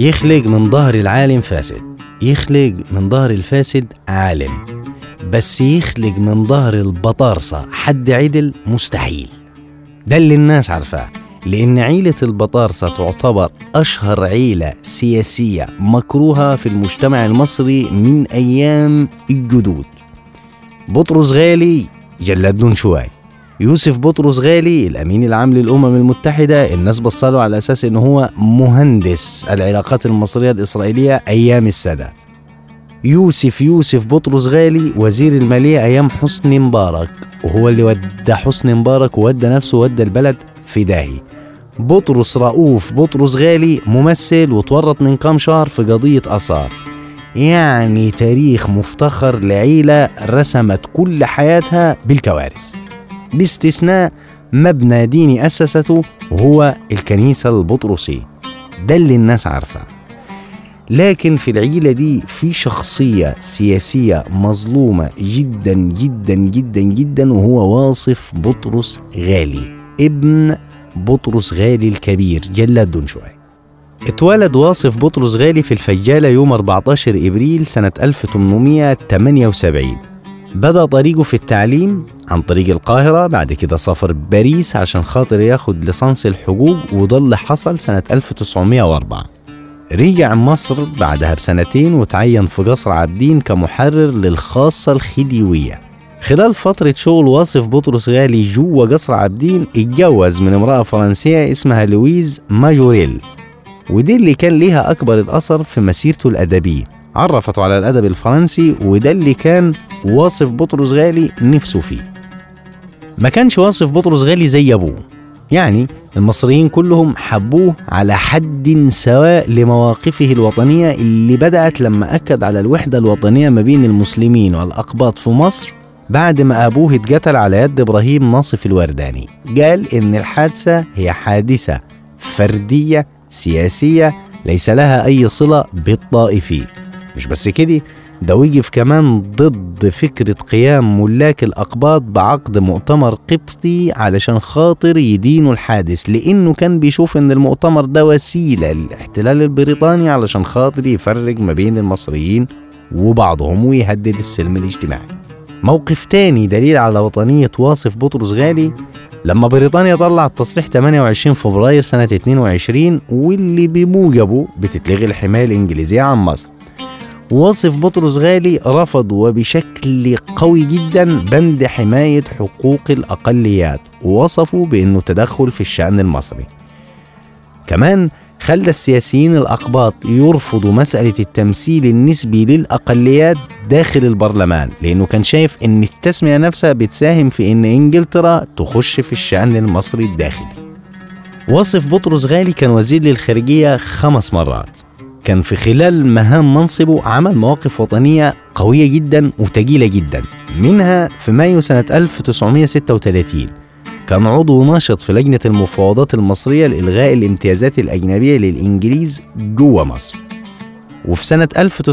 يخلق من ظهر العالم فاسد، يخلق من ظهر الفاسد عالم، بس يخلق من ظهر البطارصة حد عدل مستحيل. ده اللي الناس عارفاه، لأن عيلة البطارصة تعتبر أشهر عيلة سياسية مكروهة في المجتمع المصري من أيام الجدود. بطرس غالي جلدون شوي، يوسف بطرس غالي الأمين العام للأمم المتحدة، الناس بصلوا على أساس إنه هو مهندس العلاقات المصرية الإسرائيلية أيام السادات. يوسف بطرس غالي وزير المالية أيام حسني مبارك، وهو اللي ودى حسني مبارك وودى نفسه ودى البلد في داهي. بطرس رؤوف بطرس غالي ممثل وتورط من كام شهر في قضية آثار. يعني تاريخ مفتخر لعيلة رسمت كل حياتها بالكوارث، باستثناء مبنى ديني أسسته وهو الكنيسة البطرسية. ده اللي الناس عارفة. لكن في العيلة دي في شخصية سياسية مظلومة جدا جدا جدا جدا، وهو واصف بطرس غالي ابن بطرس غالي الكبير جلدون شوي. اتولد واصف بطرس غالي في الفجالة يوم 14 إبريل سنة 1878. بدأ طريقه في التعليم عن طريق القاهرة، بعد كده سافر باريس عشان خاطر ياخد ليسانس الحقوق، وده اللي حصل سنة 1904. رجع مصر بعدها بسنتين وتعين في قصر عابدين كمحرر للخاصة الخديوية. خلال فترة شغل واصف بطرس غالي جوه قصر عابدين اتجوز من امرأة فرنسية اسمها لويز ماجوريل، ودي اللي كان ليها أكبر الأثر في مسيرته الأدبية، عرفته على الأدب الفرنسي، وده اللي كان واصف بطرس غالي نفسه فيه. ما كانش واصف بطرس غالي زي أبوه، يعني المصريين كلهم حبوه على حد سواء لمواقفه الوطنية اللي بدأت لما أكد على الوحدة الوطنية ما بين المسلمين والأقباط في مصر بعد ما أبوه اتقتل على يد إبراهيم ناصف الورداني. قال إن الحادثة هي حادثة فردية سياسية ليس لها أي صلة بالطائفي. مش بس كده، ده وقف كمان ضد فكرة قيام ملاك الأقباط بعقد مؤتمر قبطي علشان خاطر يدينوا الحادث، لأنه كان بيشوف إن المؤتمر ده وسيلة للاحتلال البريطاني علشان خاطر يفرق ما بين المصريين وبعضهم ويهدد السلم الاجتماعي. موقف تاني دليل على وطنية واصف بطرس غالي لما بريطانيا طلعت تصريح 28 فبراير سنة 22 واللي بموجبه بتتلغي الحماية الإنجليزية عن مصر. واصف بطرس غالي رفض وبشكل قوي جدا بند حماية حقوق الأقليات، ووصفه بأنه تدخل في الشأن المصري. كمان خلى السياسيين الأقباط يرفضوا مسألة التمثيل النسبي للأقليات داخل البرلمان، لأنه كان شايف أن التسمية نفسها بتساهم في أن إنجلترا تخش في الشأن المصري الداخلي. واصف بطرس غالي كان وزير للخارجية 5 مرات. كان في خلال مهام منصبه عمل مواقف وطنية قوية جدا وتقيلة جدا، منها في مايو سنة 1936 كان عضو ناشط في لجنة المفاوضات المصرية لإلغاء الامتيازات الأجنبية للإنجليز جوه مصر. وفي سنة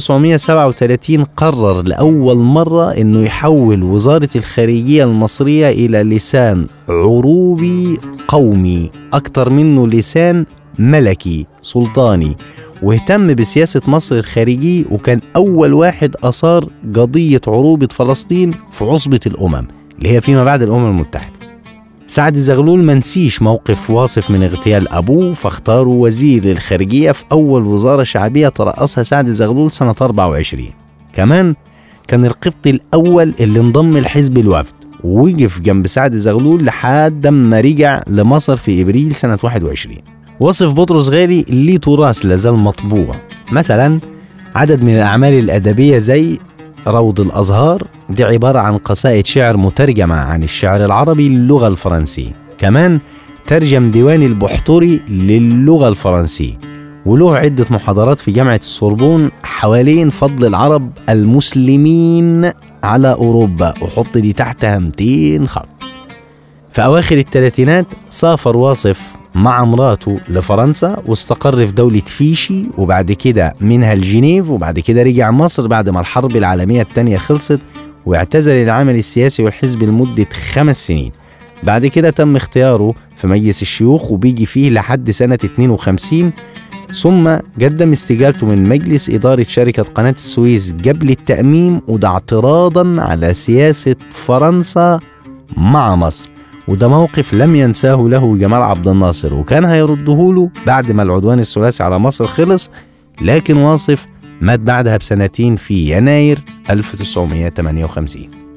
1937 قرر لأول مرة أنه يحول وزارة الخارجية المصرية إلى لسان عروبي قومي أكتر منه لسان ملكي سلطاني، واهتم بسياسة مصر الخارجية، وكان أول واحد أثار قضية عروبة فلسطين في عصبة الأمم اللي هي فيما بعد الأمم المتحدة. سعد زغلول منسيش موقف واصف من اغتيال أبوه، فاختاروا وزير للخارجية في أول وزارة شعبية ترأسها سعد زغلول سنة 24. كمان كان القبطي الأول اللي انضم لحزب الوفد ووقف جنب سعد زغلول لحد ما رجع لمصر في إبريل سنة 21. واصف بطرس غالي ليه تراث لازال مطبوع، مثلا عدد من الأعمال الأدبية زي روض الأزهار، دي عبارة عن قصائد شعر مترجمة عن الشعر العربي للغة الفرنسية. كمان ترجم ديوان البحتري للغة الفرنسية، وله عدة محاضرات في جامعة السوربون حوالين فضل العرب المسلمين على أوروبا، وحط دي تحتها 200 خط. في أواخر الثلاثينات سافر واصف مع مراته لفرنسا واستقر في دولة فيشي، وبعد كده منها الجنيف، وبعد كده رجع مصر بعد ما الحرب العالمية الثانية خلصت، واعتزل العمل السياسي والحزب لمدة 5 سنين. بعد كده تم اختياره في مجلس الشيوخ وبيجي فيه لحد سنة 52. ثم قدم استقالته من مجلس إدارة شركة قناة السويس قبل التأميم، وده اعتراضا على سياسة فرنسا مع مصر. وده موقف لم ينساه له جمال عبد الناصر، وكان هيرده له بعد ما العدوان الثلاثي على مصر خلص، لكن واصف مات بعدها بسنتين في يناير 1958.